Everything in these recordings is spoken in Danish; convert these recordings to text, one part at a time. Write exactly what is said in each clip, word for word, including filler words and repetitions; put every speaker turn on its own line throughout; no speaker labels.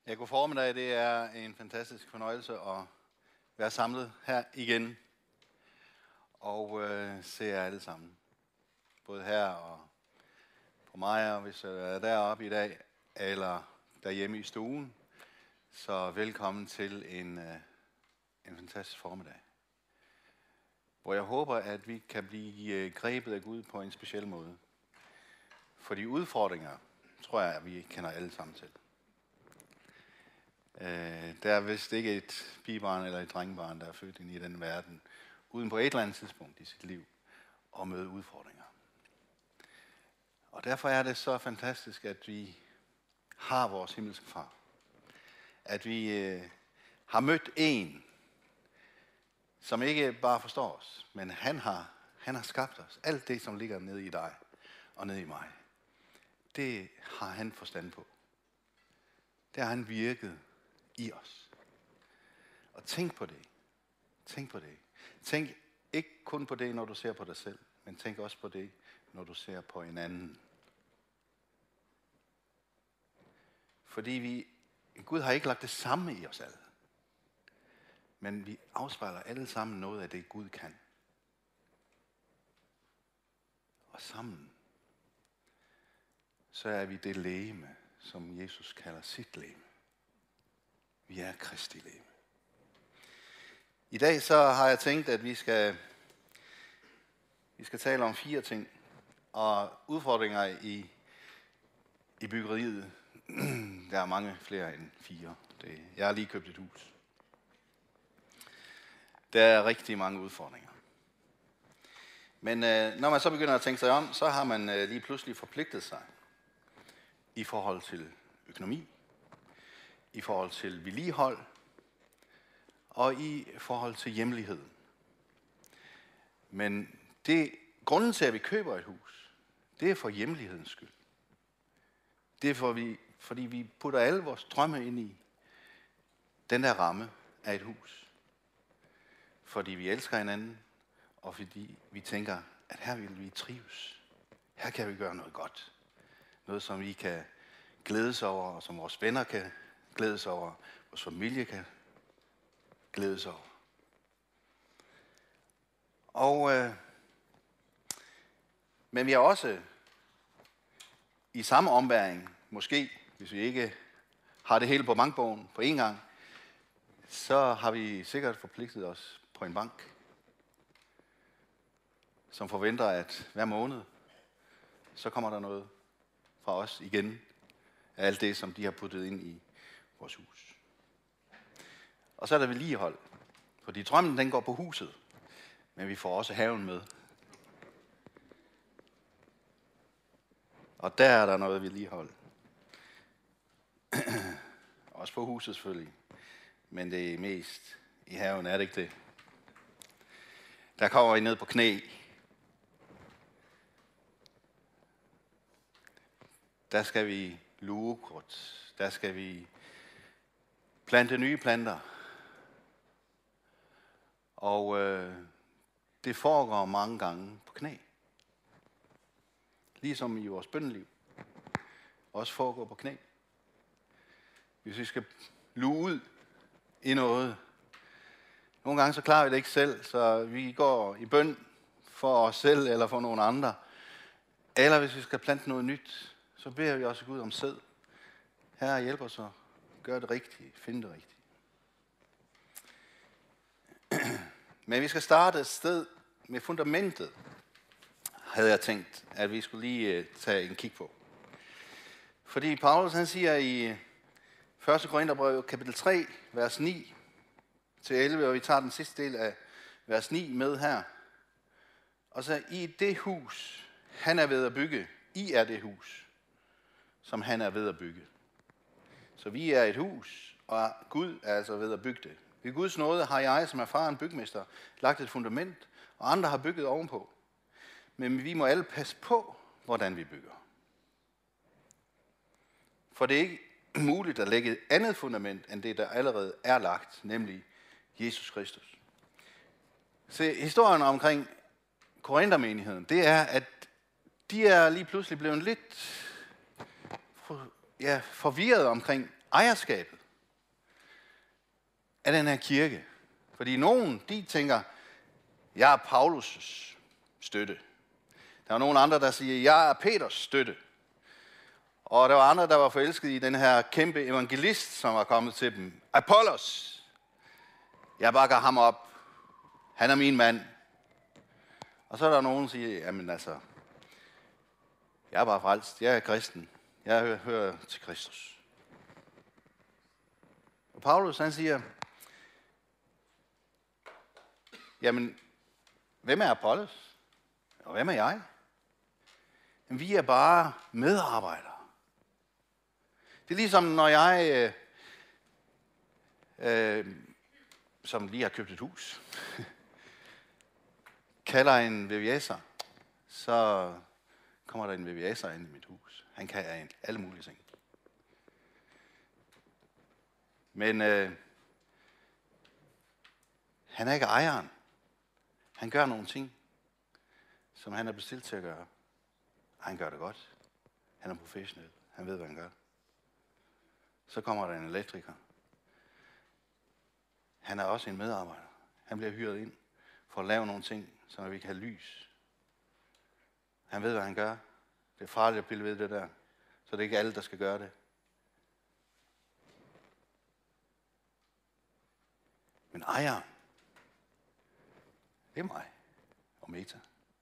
Ja, god formiddag. Det er en fantastisk fornøjelse at være samlet her igen og øh, se jer alle sammen. Både her og på mig, og hvis jeg er deroppe i dag, eller derhjemme i stuen. Så velkommen til en, øh, en fantastisk formiddag, hvor jeg håber, at vi kan blive øh, grebet af Gud på en speciel måde. For de udfordringer, tror jeg, at vi kender alle sammen til. Øh, der er vist ikke et pigebarn eller et drengebarn, der er født ind i den verden, uden på et eller andet tidspunkt i sit liv at møde udfordringer. Og derfor er det så fantastisk, at vi har vores himmelske far. At vi øh, har mødt en, som ikke bare forstår os, men han har, han har skabt os. Alt det, som ligger nede i dig og nede i mig, det har han forstand på. Det har han virket i os. Og tænk på det. Tænk på det. Tænk ikke kun på det, når du ser på dig selv, men tænk også på det, når du ser på en anden. Fordi vi, Gud har ikke lagt det samme i os alle. Men vi afspejler alle sammen noget af det, Gud kan. Og sammen, så er vi det legeme, som Jesus kalder sit legeme. Vi er Kristi legeme. I dag så har jeg tænkt, at vi skal, vi skal tale om fire ting. Og udfordringer i, i byggeriet, der er mange flere end fire. Det, jeg har lige købt et hus. Der er rigtig mange udfordringer. Men øh, når man så begynder at tænke sig om, så har man øh, lige pludselig forpligtet sig i forhold til økonomi, i forhold til vedligehold og i forhold til hjemlighed. Men det, grunden til, at vi køber et hus, det er for hjemlighedens skyld. Det er for vi, fordi vi putter alle vores drømme ind i den der ramme af et hus. Fordi vi elsker hinanden, og fordi vi tænker, at her vil vi trives. Her kan vi gøre noget godt. Noget, som vi kan glædes over, og som vores venner kan glædes over, vores familie kan glædes over. Og, øh, men vi har også i samme omværing, måske hvis vi ikke har det hele på bankbogen på én gang, så har vi sikkert forpligtet os på en bank, som forventer, at hver måned, så kommer der noget fra os igen af alt det, som de har puttet ind i vores hus. Og så er der vedligehold. Fordi drømmen, den går på huset, men vi får også haven med. Og der er der noget vedligehold. Også på huset selvfølgelig. Men det er mest i haven, er det ikke det? Der kommer I ned på knæ. Der skal vi luge krudt. Der skal vi plante nye planter. Og øh, det foregår mange gange på knæ. Ligesom i vores bønneliv. Også foregår på knæ. Hvis vi skal luge ud i noget. Nogle gange så klarer vi det ikke selv, så vi går i bøn for os selv eller for nogle andre. Eller hvis vi skal plante noget nyt, så beder vi også Gud om sæd. Herre, hjælp os at gøre det rigtige, finde det rigtige. Men vi skal starte et sted med fundamentet, havde jeg tænkt, at vi skulle lige tage en kig på. Fordi Paulus han siger i første Korintherbrev kapitel tre, vers ni til elleve, og vi tager den sidste del af vers ni med her. Og så i det hus, han er ved at bygge, I er det hus, som han er ved at bygge. Så vi er et hus, og Gud er altså ved at bygge det. Ved Guds nåde har jeg, som erfaren bygmester, lagt et fundament, og andre har bygget ovenpå. Men vi må alle passe på, hvordan vi bygger. For det er ikke muligt at lægge et andet fundament, end det, der allerede er lagt, nemlig Jesus Kristus. Se, historien omkring Korinthermenigheden, det er, at de er lige pludselig blevet lidt for, ja, forvirret omkring ejerskabet af den her kirke. Fordi nogen, de tænker, jeg er Paulus' støtte. Der var nogle andre, der siger, jeg er Peters støtte. Og der var andre, der var forelsket i den her kæmpe evangelist, som var kommet til dem. Apollos. Jeg bakker ham op. Han er min mand. Og så er der nogen, der siger, jamen altså, jeg er bare frelst. Jeg er kristen. Jeg hører, hører til Kristus. Og Paulus, han siger, jamen, hvem er Apollos? Og hvem er jeg? Jamen, vi er bare medarbejdere. Det er ligesom, når jeg, øh, øh, som lige har købt et hus, kalder en V V S'er, så kommer der en V V S'er ind i mit hus. Han kan en, alle mulige ting. Men øh, han er ikke ejeren. Han gør nogle ting, som han er bestilt til at gøre. Han gør det godt. Han er professionel. Han ved, hvad han gør. Så kommer der en elektriker. Han er også en medarbejder. Han bliver hyret ind for at lave nogle ting, så vi kan have lys. Han ved, hvad han gør. Det er farligt at pille ved det der. Så det er ikke alle, der skal gøre det. Men ejeren, det er mig og Meta.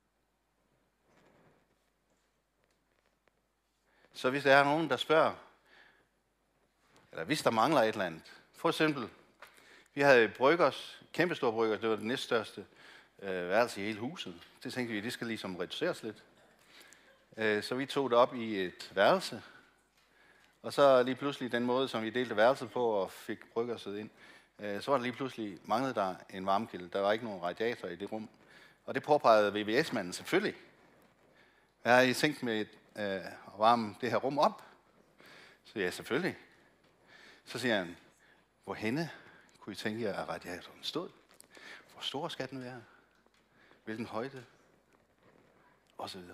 Så hvis der er nogen, der spørger, eller hvis der mangler et eller andet, for eksempel, vi havde Bryggers, kæmpestor Bryggers, det var det næststørste øh, værelse i hele huset. Det tænkte vi, det skal ligesom reduceres lidt. Øh, så vi tog det op i et værelse, og så lige pludselig den måde, som vi delte værelset på og fik Bryggerset ind, øh, så var der lige pludselig, manglede der en varmekilde. Der var ikke nogen radiator i det rum. Og det påpegede V V S-manden selvfølgelig. Jeg har I tænkt med øh, at varme det her rum op? Så ja, selvfølgelig. Så siger han, hvorhenne kunne I tænke jer, at radiatoren stod? Hvor stor skal den være? Hvilken højde? Og så videre.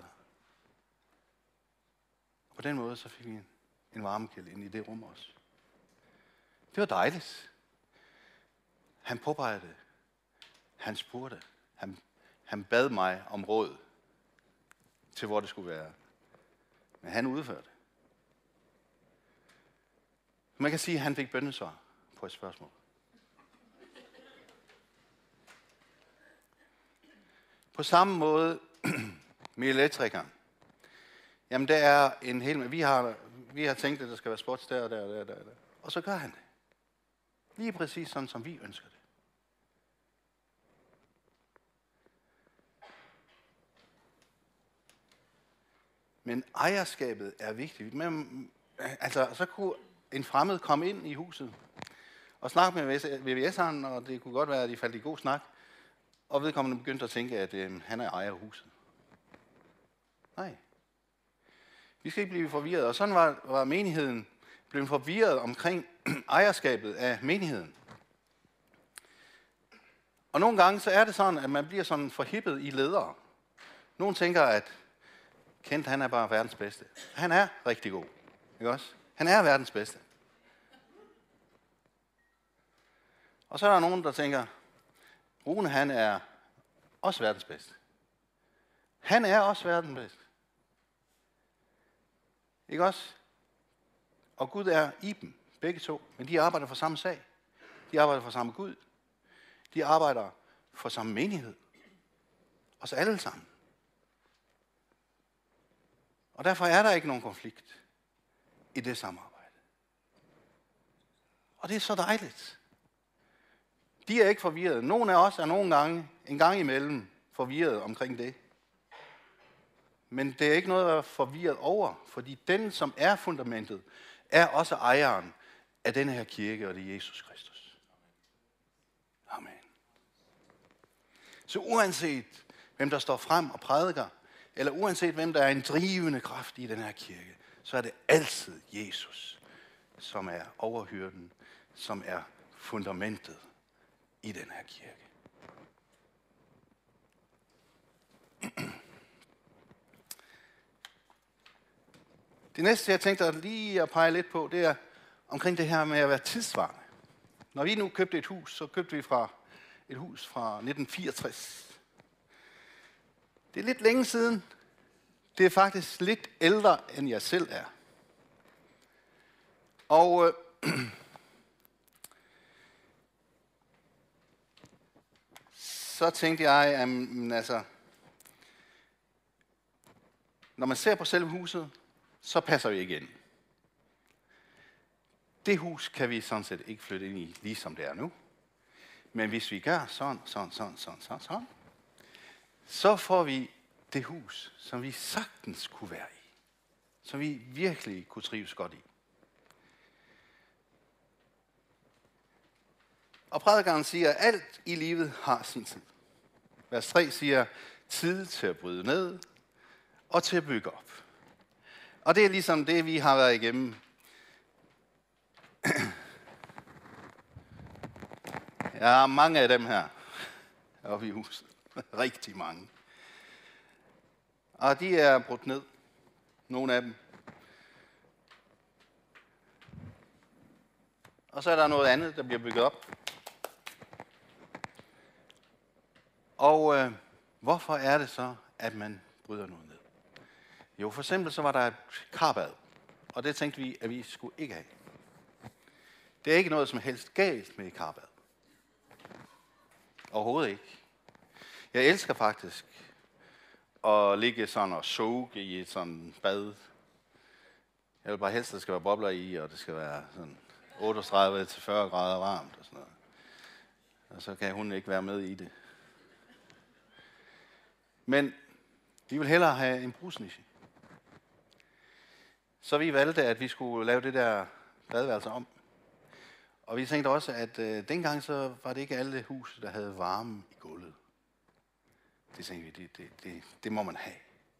På den måde så fik vi en, en varmekilde ind i det rum også. Det var dejligt. Han påpegede det. Han spurgte. Han, han bad mig om råd til, hvor det skulle være. Men han udførte det. Man kan sige, at han fik bønnesvar på et spørgsmål. På samme måde med elektrikeren. Jamen, der er en hel... Vi har, vi har tænkt, at der skal være spots der og der og der, der, der. Og så gør han det. Lige præcis sådan, som vi ønsker det. Men ejerskabet er vigtigt. Men, altså, så kunne en fremmed komme ind i huset og snakke med V V S'eren, og det kunne godt være, at de faldt i god snak, og vedkommende begyndte at tænke, at øh, han er ejer af huset. Nej. Vi skal ikke blive forvirret. Og sådan var, var menigheden blevet forvirret omkring ejerskabet af menigheden. Og nogle gange så er det sådan, at man bliver sådan forhippet i ledere. Nogle tænker, at Kent, han er bare verdens bedste. Han er rigtig god. Ikke også? Han er verdens bedste. Og så er der nogen, der tænker, Rune, han er også verdens bedste. Han er også verdens bedste. Ikke også? Og Gud er i dem, begge to. Men de arbejder for samme sag. De arbejder for samme Gud. De arbejder for samme menighed. Os alle sammen. Og derfor er der ikke nogen konflikt i det samarbejde. Og det er så dejligt. De er ikke forvirret. Nogle af os er nogle gange, en gang imellem, forvirret omkring det. Men det er ikke noget at være forvirret over, fordi den, som er fundamentet, er også ejeren af denne her kirke, og det er Jesus Kristus. Amen. Så uanset hvem der står frem og prædiker, eller uanset hvem der er en drivende kraft i den her kirke, så er det altid Jesus, som er overhyrden, som er fundamentet i den her kirke. Det næste, jeg tænkte lige at pege lidt på, det er, omkring det her med at være tidsvarende. Når vi nu købte et hus, så købte vi fra et hus fra nitten fireogtres. Det er lidt længe siden. Det er faktisk lidt ældre, end jeg selv er. Og øh, så tænkte jeg, at altså, når man ser på selve huset, så passer vi ikke ind. Det hus kan vi sådan set ikke flytte ind i, lige som det er nu. Men hvis vi gør sådan, sådan, sådan, sådan, sådan, sådan, så får vi det hus, som vi sagtens kunne være i. Som vi virkelig kunne trives godt i. Og prædikeren siger, at alt i livet har sin tid. Vers tre siger, tid til at bryde ned og til at bygge op. Og det er ligesom det, vi har været igennem. Jeg har mange af dem her oppe i huset. Rigtig mange. Og de er brudt ned. Nogle af dem. Og så er der noget andet, der bliver bygget op. Og øh, hvorfor er det så, at man bryder noget ned? Jo, for eksempel så var der et karbad. Og det tænkte vi, at vi skulle ikke have. Det er ikke noget som helst galt med et karbad. Overhovedet ikke. Jeg elsker faktisk at ligge sådan og soge i et sådan bad. Jeg vil bare helst, at der skal være bobler i, og det skal være sådan otteogtredive til fyrre grader varmt og sådan noget. Og så kan hun ikke være med i det. Men vi vil hellere have en brusniche. Så vi valgte, at vi skulle lave det der badeværelse om. Og vi tænkte også, at øh, dengang så var det ikke alle huse, der havde varme i gulvet. Det tænkte vi, det, det, det, det må man have.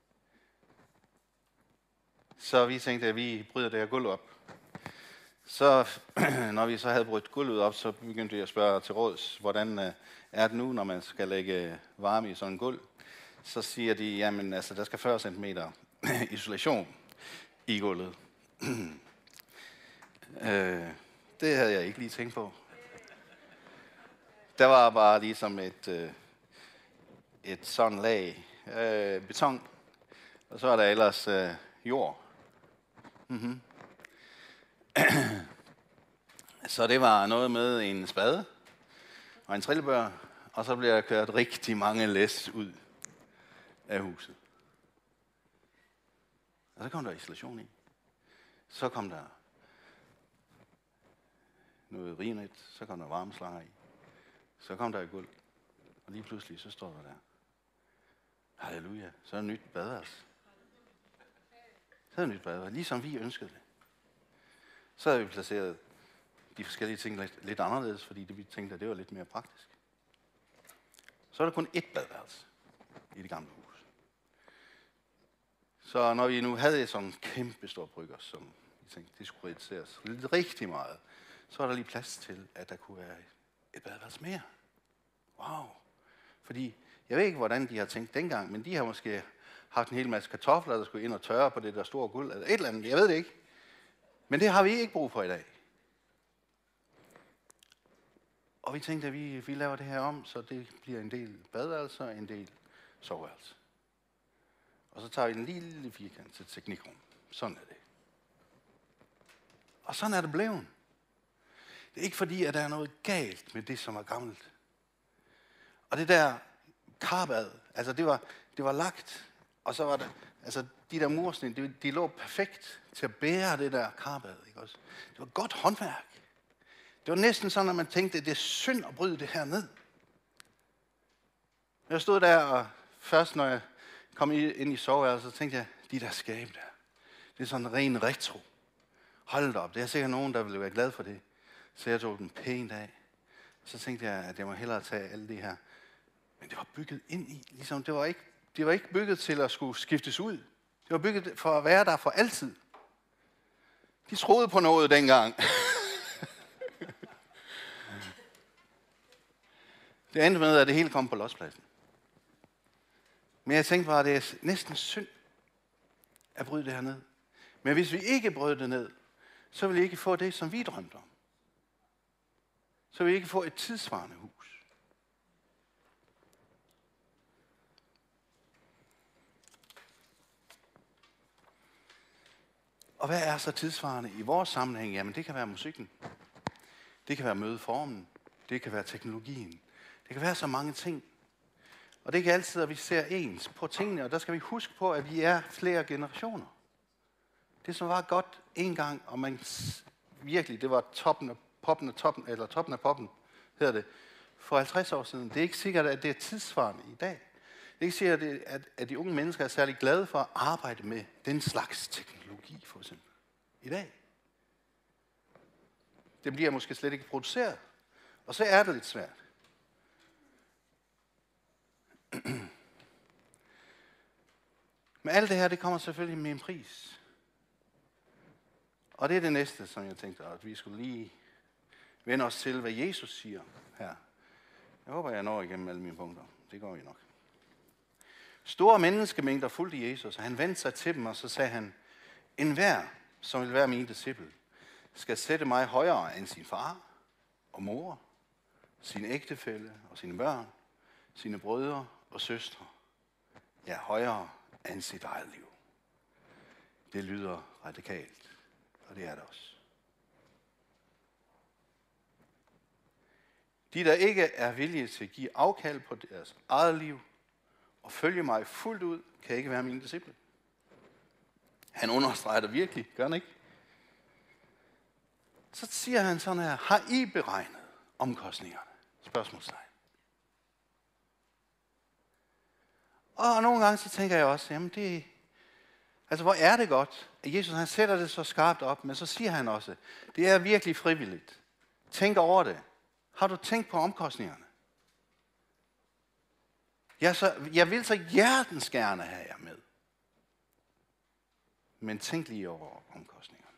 Så vi tænkte, at vi bryder det her gulv op. Så når vi så havde brudt gulvet op, så begyndte vi at spørge til råds, hvordan øh, er det nu, når man skal lægge varme i sådan en gulv. Så siger de, jamen altså, der skal fyrre centimeter isolation i gulvet. øh, det havde jeg ikke lige tænkt på. Der var bare ligesom et, øh, et sådan lag øh, beton, og så er der ellers øh, jord. Mm-hmm. Så det var noget med en spade og en trillebør, og så blev der kørt rigtig mange læs ud af huset. Og så kom der isolation i. Så kom der noget rigenet, så kom der varmeslanger i. Så kom der et gulv, og lige pludselig så står der der. Halleluja, så er det et nyt badeværelse. Så er det et nyt badeværelse, ligesom vi ønskede det. Så havde vi placeret de forskellige ting lidt, lidt anderledes, fordi det, vi tænkte, at det var lidt mere praktisk. Så er der kun ét badeværelse i det gamle hus. Så når vi nu havde sådan en kæmpe stor brygger, som vi tænkte, det skulle reduceres rigtig meget, så var der lige plads til, at der kunne være et badeværelse mere. Wow. Fordi, jeg ved ikke, hvordan de har tænkt dengang, men de har måske haft en hel masse kartofler, der skulle ind og tørre på det der store guld, eller et eller andet, jeg ved det ikke. Men det har vi ikke brug for i dag. Og vi tænkte, at vi, vi laver det her om, så det bliver en del badeværelser og en del soveværelse. Og så tager vi en lille firkant til teknikrum. Sådan er det. Og sådan er det blevet. Det er ikke fordi, at der er noget galt med det, som er gammelt. Og det der karbad, altså det var, det var lagt, og så var der, altså de der mursten, de, de lå perfekt til at bære det der karbad, ikke også? Det var godt håndværk. Det var næsten sådan, at man tænkte, at det er synd at bryde det her ned. Jeg stod der, og først når jeg kom ind i soveværelset, så tænkte jeg, de der skab der, det er sådan en ren retro. Hold da op, det er sikkert nogen, der ville være glad for det. Så jeg tog den pænt af. Så tænkte jeg, at jeg må hellere tage alle det her. Men det var bygget ind i, ligesom det var ikke, det var ikke bygget til at skulle skiftes ud. Det var bygget for at være der for altid. De troede på noget dengang. Det endte med, at det hele kom på lodspladsen. Men jeg tænkte bare, at det er næsten synd at bryde det her ned. Men hvis vi ikke brød det ned, så vil I ikke få det, som vi drømte om. Så vil I ikke få et tidsvarende hus. Og hvad er så tidsvarende i vores sammenhæng? Jamen det kan være musikken. Det kan være mødeformen. Det kan være teknologien. Det kan være så mange ting. Og det er ikke altid, at vi ser ens på tingene, og der skal vi huske på, at vi er flere generationer. Det, som var godt en gang, og man virkelig, det var toppen af poppen af toppen, eller toppen af poppen, hedder det, for halvtreds år siden. Det er ikke sikkert, at det er tidsvarende i dag. Det er ikke sikkert, at, at de unge mennesker er særlig glade for at arbejde med den slags teknologi, for eksempel, i dag. Det bliver måske slet ikke produceret, og så er det lidt svært. Men alt det her, det kommer selvfølgelig med en pris. Og det er det næste, som jeg tænkte, at vi skulle lige vende os til, hvad Jesus siger her. Jeg håber, jeg når igennem alle mine punkter. Det går vi nok. Store menneskemængder fulgte Jesus, og han vendte sig til dem, og så sagde han, enhver, som vil være min disciple, skal sætte mig højere end sin far og mor, sin ægtefælle og sine børn, sine brødre og søstre. Ja, højere end sit eget liv. Det lyder radikalt, og det er det også. De, der ikke er villige til at give afkald på deres eget liv og følge mig fuldt ud, kan ikke være mine disciple. Han understreger det virkelig, gør han ikke? Så siger han sådan her, har I beregnet omkostningerne? Spørgsmålstegn. Og nogle gange så tænker jeg også, jamen det, altså hvor er det godt, at Jesus han sætter det så skarpt op, men så siger han også, det er virkelig frivilligt. Tænk over det. Har du tænkt på omkostningerne? Jeg, så, jeg vil så hjertens gerne have jer med. Men tænk lige over omkostningerne.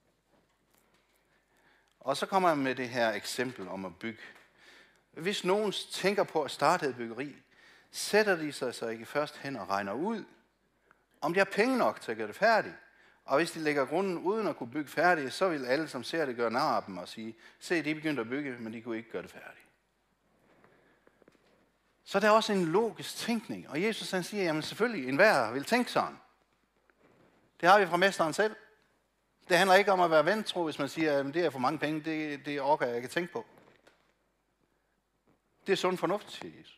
Og så kommer jeg med det her eksempel om at bygge. Hvis nogen tænker på at starte et byggeri, sætter de sig så ikke først hen og regner ud, om de har penge nok til at gøre det færdigt. Og hvis de lægger grunden uden at kunne bygge færdigt, så vil alle, som ser det, gøre nar af dem og sige, se, de begyndte at bygge, men de kunne ikke gøre det færdigt. Så der er også en logisk tænkning. Og Jesus han siger, jamen selvfølgelig, enhver vil tænke sådan. Det har vi fra mesteren selv. Det handler ikke om at være vantro, hvis man siger, at det er for mange penge, det, det orker jeg ikke tænke på. Det er sund fornuft, siger Jesus.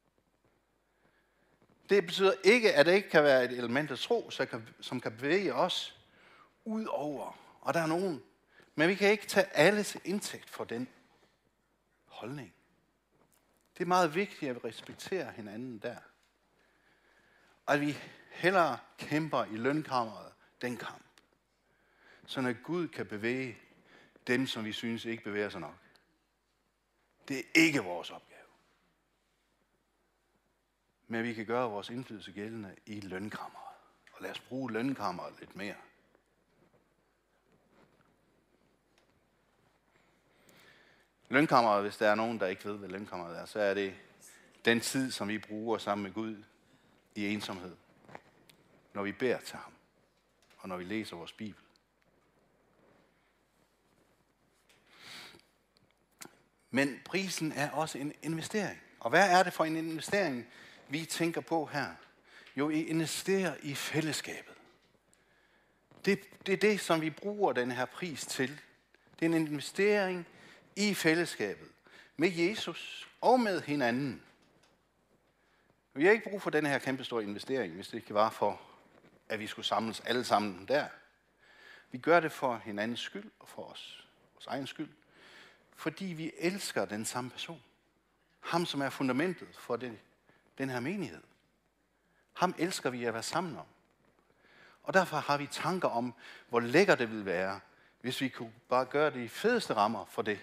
Det betyder ikke, at der ikke kan være et element af tro, som kan bevæge os ud over. Og der er nogen. Men vi kan ikke tage alle til indtægt for den holdning. Det er meget vigtigt, at vi respekterer hinanden der. Og at vi hellere kæmper i lønkammeret den kamp. Så at Gud kan bevæge dem, som vi synes ikke bevæger sig nok. Det er ikke vores opgave. Men vi kan gøre vores indflydelse gældende i lønkammeret. Og lad os bruge lønkammeret lidt mere. Lønkammeret, hvis der er nogen, der ikke ved, hvad lønkammeret er, så er det den tid, som vi bruger sammen med Gud i ensomhed. Når vi beder til ham, og når vi læser vores Bibel. Men prisen er også en investering. Og hvad er det for en investering, vi tænker på her? Jo, vi investerer i fællesskabet. Det, det er det, som vi bruger den her pris til. Det er en investering i fællesskabet. Med Jesus og med hinanden. Vi har ikke brug for den her kæmpe store investering, hvis det ikke var for, at vi skulle samles alle sammen der. Vi gør det for hinandens skyld og for os, vores egen skyld. Fordi vi elsker den samme person. Ham, som er fundamentet for det, den her menighed. Ham elsker vi at være sammen om. Og derfor har vi tanker om, hvor lækker det ville være, hvis vi kunne bare gøre de fedeste rammer for det.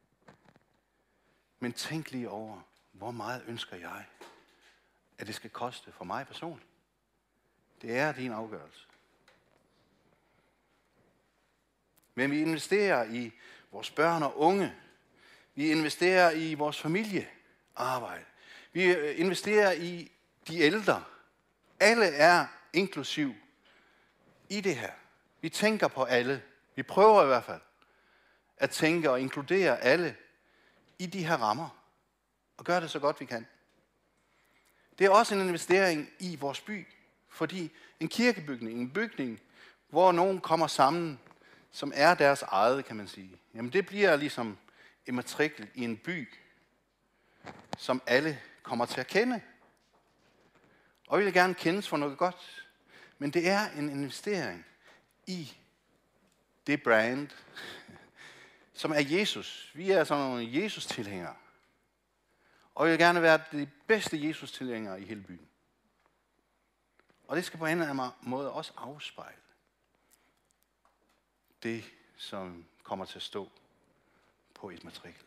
Men tænk lige over, hvor meget ønsker jeg, at det skal koste for mig personligt. Det er din afgørelse. Men vi investerer i vores børn og unge. Vi investerer i vores familiearbejde. Vi investerer i de ældre. Alle er inklusiv i det her. Vi tænker på alle. Vi Vi prøver i hvert fald at tænke og inkludere alle i de her rammer. Og gøre det så godt vi kan. Det er også en investering i vores by. Fordi en kirkebygning, en bygning, hvor nogen kommer sammen, som er deres eget, kan man sige. Jamen det bliver ligesom en matrikel i en by, som alle kommer til at kende. Og vi vil gerne kendes for noget godt. Men det er en investering i det brand, som er Jesus. Vi er sådan nogle Jesus-tilhængere. Og vi vil gerne være de bedste Jesus-tilhængere i hele byen. Og det skal på en eller anden måde også afspejle det, som kommer til at stå på et matrikel.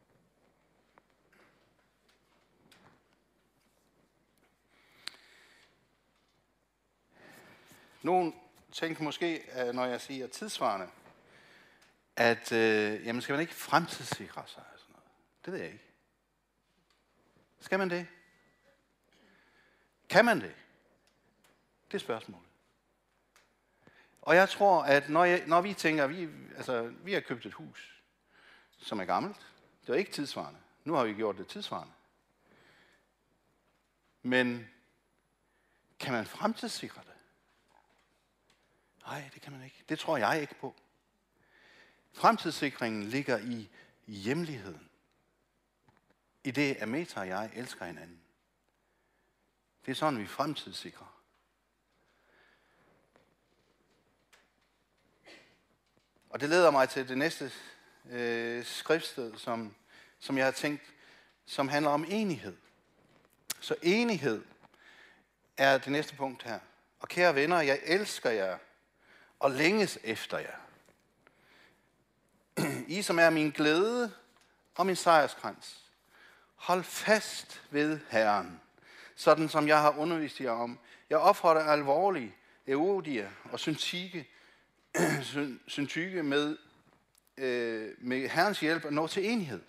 Nogen tænker måske, når jeg siger tidsvarende, at øh, jamen skal man ikke fremtidssikre sig? Og sådan noget. Det ved jeg ikke. Skal man det? Kan man det? Det er spørgsmålet. Og jeg tror, at når, jeg, når vi tænker, vi, altså, vi har købt et hus, som er gammelt. Det var ikke tidsvarende. Nu har vi gjort det tidsvarende. Men kan man fremtidssikre det? Nej, det kan man ikke. Det tror jeg ikke på. Fremtidssikringen ligger i, i hjemligheden. I det, at Meta og jeg elsker hinanden. Det er sådan, vi fremtidssikrer. Og det leder mig til det næste øh, skriftsted, som, som jeg har tænkt, som handler om enighed. Så enighed er det næste punkt her. Og kære venner, jeg elsker jer og længes efter jer. I som er min glæde og min sejrskrans. Hold fast ved Herren, sådan som jeg har undervist jer om. Jeg opfordrer alvorligt Euodia og Syntyke, Syntyke med, øh, med Herrens hjælp at nå til enighed.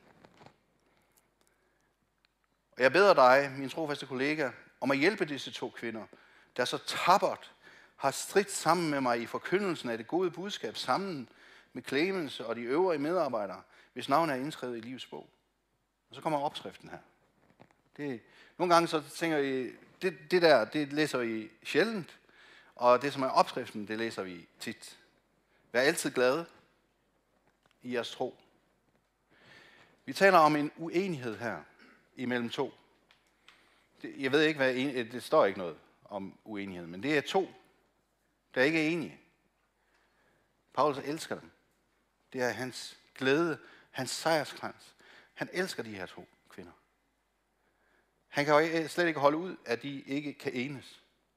Og jeg beder dig, min trofaste kollega, om at hjælpe disse to kvinder, der så tappert har stridt sammen med mig i forkyndelsen af det gode budskab, sammen med Clemens og de øvrige medarbejdere, hvis navn er indskrevet i livets bog. Og så kommer opskriften her. Det, nogle gange så tænker I, det, det der, det læser vi sjældent, og det som er opskriften, det læser vi tit. Vær altid glade i jeres tro. Vi taler om en uenighed her imellem to. Det, jeg ved ikke, hvad en, det står ikke noget om uenighed, men det er to, der ikke er enige. Paulus elsker dem. Det er hans glæde, hans sejrskrans. Han elsker de her to kvinder. Han kan jo slet ikke holde ud, at de ikke kan enes.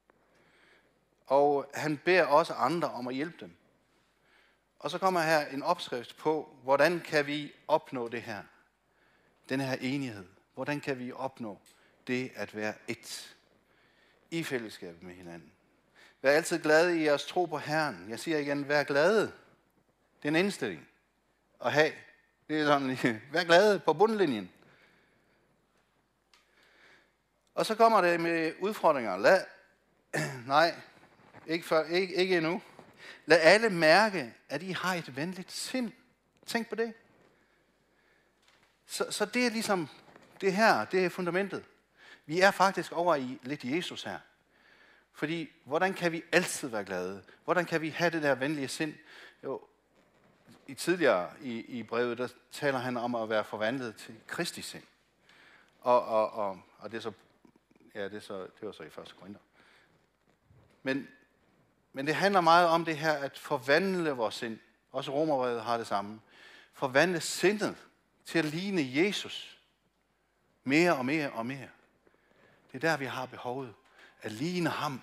Og han beder også andre om at hjælpe dem. Og så kommer her en opskrift på, hvordan kan vi opnå det her. Den her enighed. Hvordan kan vi opnå det at være et i fællesskab med hinanden. Vær altid glade i jeres tro på Herren. Jeg siger igen, vær glade. Det er en indstilling at have. Det er sådan, vær glade på bundlinjen. Og så kommer det med udfordringer. Lad, nej, ikke, for, ikke, ikke endnu. Lad alle mærke, at I har et venligt sind. Tænk på det. Så, så det er ligesom det her, det er fundamentet. Vi er faktisk over i lidt Jesus her. Fordi, hvordan kan vi altid være glade? Hvordan kan vi have det der venlige sind? Jo, i tidligere i, i brevet, der taler han om at være forvandlet til Kristi sind. Og, og, og, og det er så, ja, det, er så, det var så i første Korinther. Men, men det handler meget om det her, at forvandle vores sind. Også Romerbrevet har det samme. Forvandle sindet til at ligne Jesus. Mere og mere og mere. Det er der, vi har behovet. At ligne ham.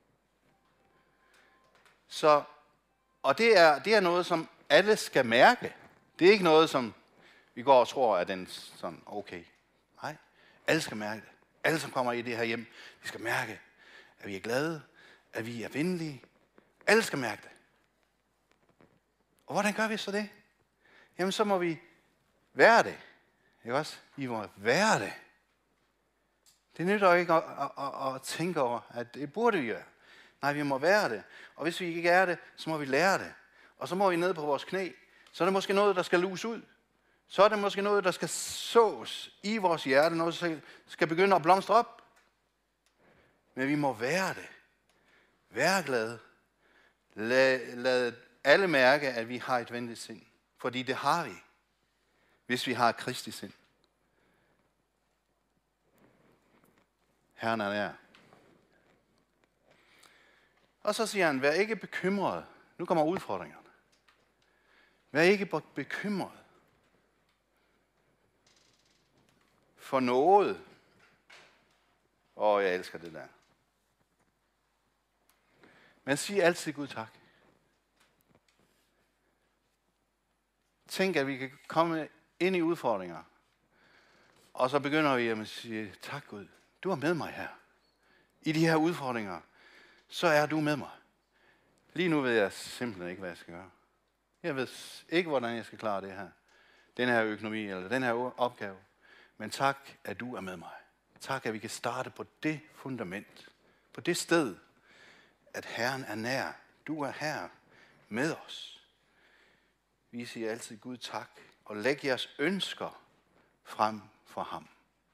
Så, og det er, det er noget, som alle skal mærke. Det er ikke noget, som vi går og tror, at den sådan okay. Nej, alle skal mærke det. Alle, som kommer i det her hjem, de skal mærke, at vi er glade, at vi er venlige. Alle skal mærke det. Og hvordan gør vi så det? Jamen, så må vi være det. Ikke også? Vi må være det. Det nytter jo ikke at, at, at, at tænke over, at det burde vi gøre. Nej, vi må være det. Og hvis vi ikke er det, så må vi lære det. Og så må vi ned på vores knæ. Så er det måske noget, der skal luse ud. Så er det måske noget, der skal sås i vores hjerte. Noget, der skal begynde at blomstre op. Men vi må være det. Være glade. Lad, lad alle mærke, at vi har et venligt sind. Fordi det har vi, hvis vi har et Kristi sind. Herren er nær. Og så siger han, vær ikke bekymret. Nu kommer udfordringerne. Vær ikke bekymret for noget. Åh, jeg elsker det der. Men sig altid Gud tak. Tænk, at vi kan komme ind i udfordringer. Og så begynder vi at sige, tak Gud, du er med mig her. I de her udfordringer, så er du med mig. Lige nu ved jeg simpelthen ikke, hvad jeg skal gøre. Jeg ved ikke, hvordan jeg skal klare det her. Den her økonomi, eller den her opgave. Men tak, at du er med mig. Tak, at vi kan starte på det fundament. På det sted, at Herren er nær. Du er her med os. Vi siger altid Gud tak, og læg jeres ønsker frem for ham.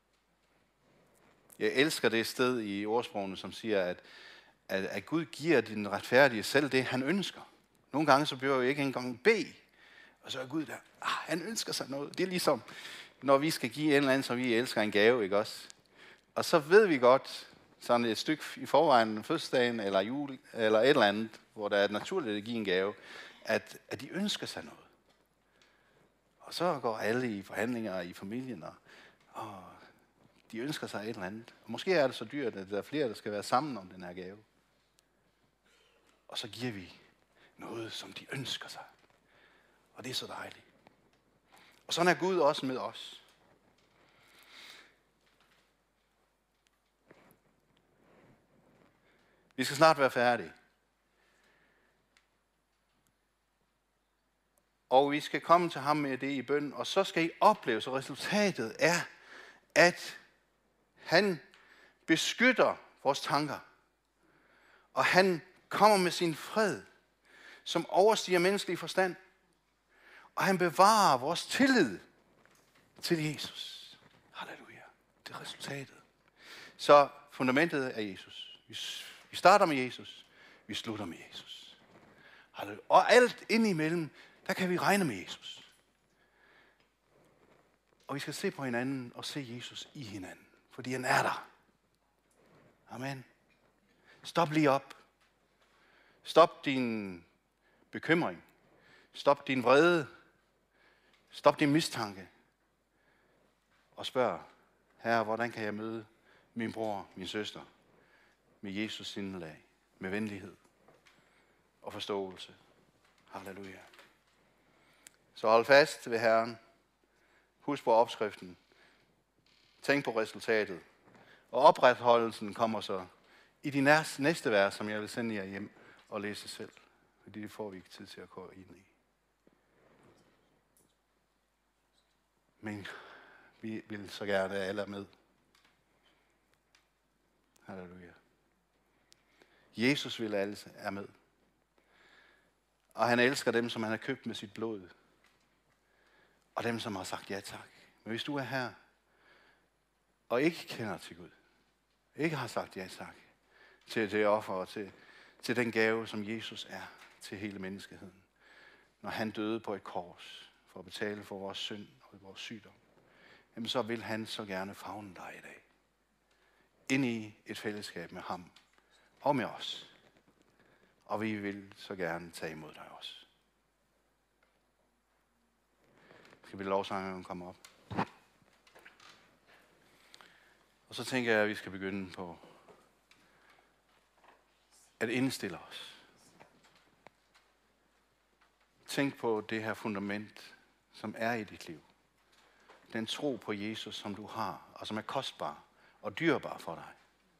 Jeg elsker det sted i ordsprogene, som siger, at, at, at Gud giver den retfærdige selv det, han ønsker. Nogle gange så behøver vi ikke engang bede, og så er Gud der, ah, han ønsker sig noget. Det er ligesom, når vi skal give en eller anden, som vi elsker, en gave, ikke også? Og så ved vi godt, sådan et stykke i forvejen, fødselsdagen eller jul, eller et eller andet, hvor der er naturligt at give en gave, at, at de ønsker sig noget. Og så går alle i forhandlinger i familien, og, og de ønsker sig et eller andet. Og måske er det så dyrt, at der er flere, der skal være sammen om den her gave. Og så giver vi noget, som de ønsker sig. Og det er så dejligt. Og sådan er Gud også med os. Vi skal snart være færdige. Og vi skal komme til ham med det i bøn, og så skal I opleve, så resultatet er, at han beskytter vores tanker. Og han kommer med sin fred, som overstiger menneskelig forstand. Og han bevarer vores tillid til Jesus. Halleluja. Det er resultatet. Så fundamentet er Jesus. Vi starter med Jesus. Vi slutter med Jesus. Halleluja. Og alt indimellem, der kan vi regne med Jesus. Og vi skal se på hinanden og se Jesus i hinanden. Fordi han er der. Amen. Stop lige op. Stop din bekymring. Stop din vrede. Stop din mistanke. Og spørg, Herre, hvordan kan jeg møde min bror, min søster, med Jesus sindelag, med venlighed og forståelse. Halleluja. Så hold fast ved Herren. Husk på opskriften. Tænk på resultatet. Og opretholdelsen kommer så i de næste vers, som jeg vil sende jer hjem og læse selv. Fordi det får vi ikke tid til at gå ind i. Men vi vil så gerne, at alle er med. Halleluja. Jesus vil, at alle er med. Og han elsker dem, som han har købt med sit blod. Og dem, som har sagt ja tak. Men hvis du er her, og ikke kender til Gud, ikke har sagt ja tak til det offer og til, til den gave, som Jesus er til hele menneskeheden, når han døde på et kors for at betale for vores synd og vores sygdom, jamen så vil han så gerne favne dig i dag. Ind i et fællesskab med ham og med os. Og vi vil så gerne tage imod dig også. Skal vi lovsangeren komme op? Og så tænker jeg, at vi skal begynde på at indstille os. Tænk på det her fundament, som er i dit liv. Den tro på Jesus, som du har, og som er kostbar og dyrbar for dig.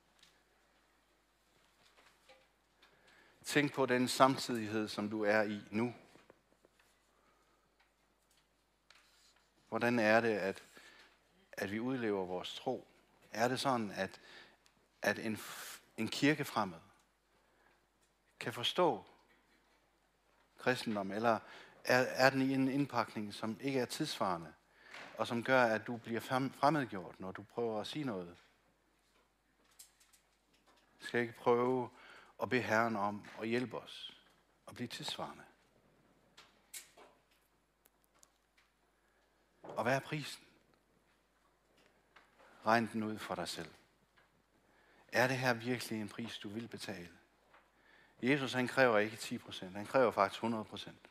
Tænk på den samtidighed, som du er i nu. Hvordan er det, at, at vi udlever vores tro? Er det sådan, at, at en, en kirke fremad kan forstå kristendom, eller er, er den i en indpakning, som ikke er tidsvarende, og som gør, at du bliver fremmedgjort, når du prøver at sige noget? Skal jeg ikke prøve at bede Herren om at hjælpe os og blive tidsvarende? Og hvad er prisen? Regn den ud for dig selv. Er det her virkelig en pris, du vil betale? Jesus, han kræver ikke ti procent, han kræver faktisk hundrede procent.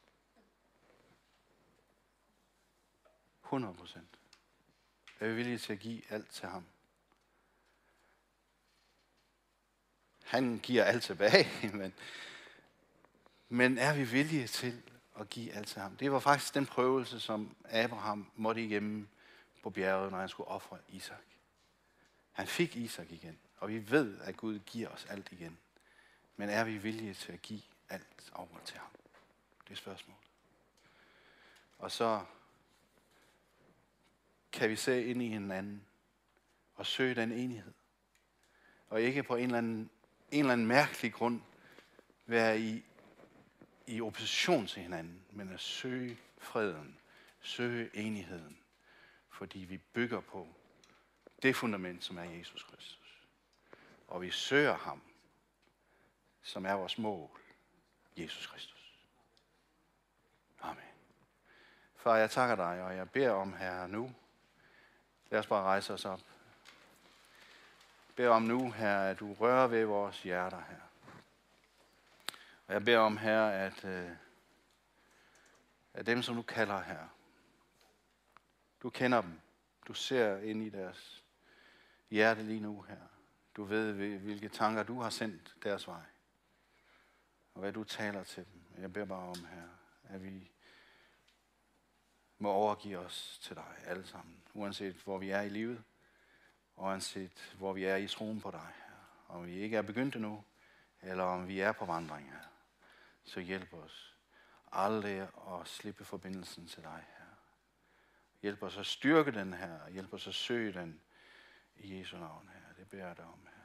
hundrede procent. Er vi villige til at give alt til ham? Han giver alt tilbage, men, men er vi villige til at give alt til ham? Det var faktisk den prøvelse, som Abraham måtte igennem på bjerget, når han skulle ofre Isak. Han fik Isak igen, og vi ved, at Gud giver os alt igen. Men er vi villige til at give alt over til ham? Det er spørgsmålet. Og så kan vi se ind i hinanden og søge den enighed. Og ikke på en eller anden, en eller anden mærkelig grund være i, i opposition til hinanden, men at søge freden, søge enigheden, fordi vi bygger på det fundament, som er Jesus Kristus. Og vi søger ham, som er vores mål, Jesus Kristus. Amen. Far, jeg takker dig, og jeg beder om her nu. Lad os bare rejse os op. Jeg beder om nu, her, at du rører ved vores hjerter her. Og jeg beder om her, at, øh, at dem, som du kalder her, du kender dem. Du ser ind i deres hjerte lige nu her. Du ved, hvilke tanker du har sendt deres vej. Og hvad du taler til dem. Jeg beder bare om her, at vi må overgive os til dig alle sammen. Uanset hvor vi er i livet, og uanset hvor vi er i troen på dig her. Om vi ikke er begyndt endnu, eller om vi er på vandring her. Så hjælp os aldrig at slippe forbindelsen til dig her. Hjælp os at styrke den her. Hjælp os at søge den i Jesu navn her. Det beder jeg dig om her.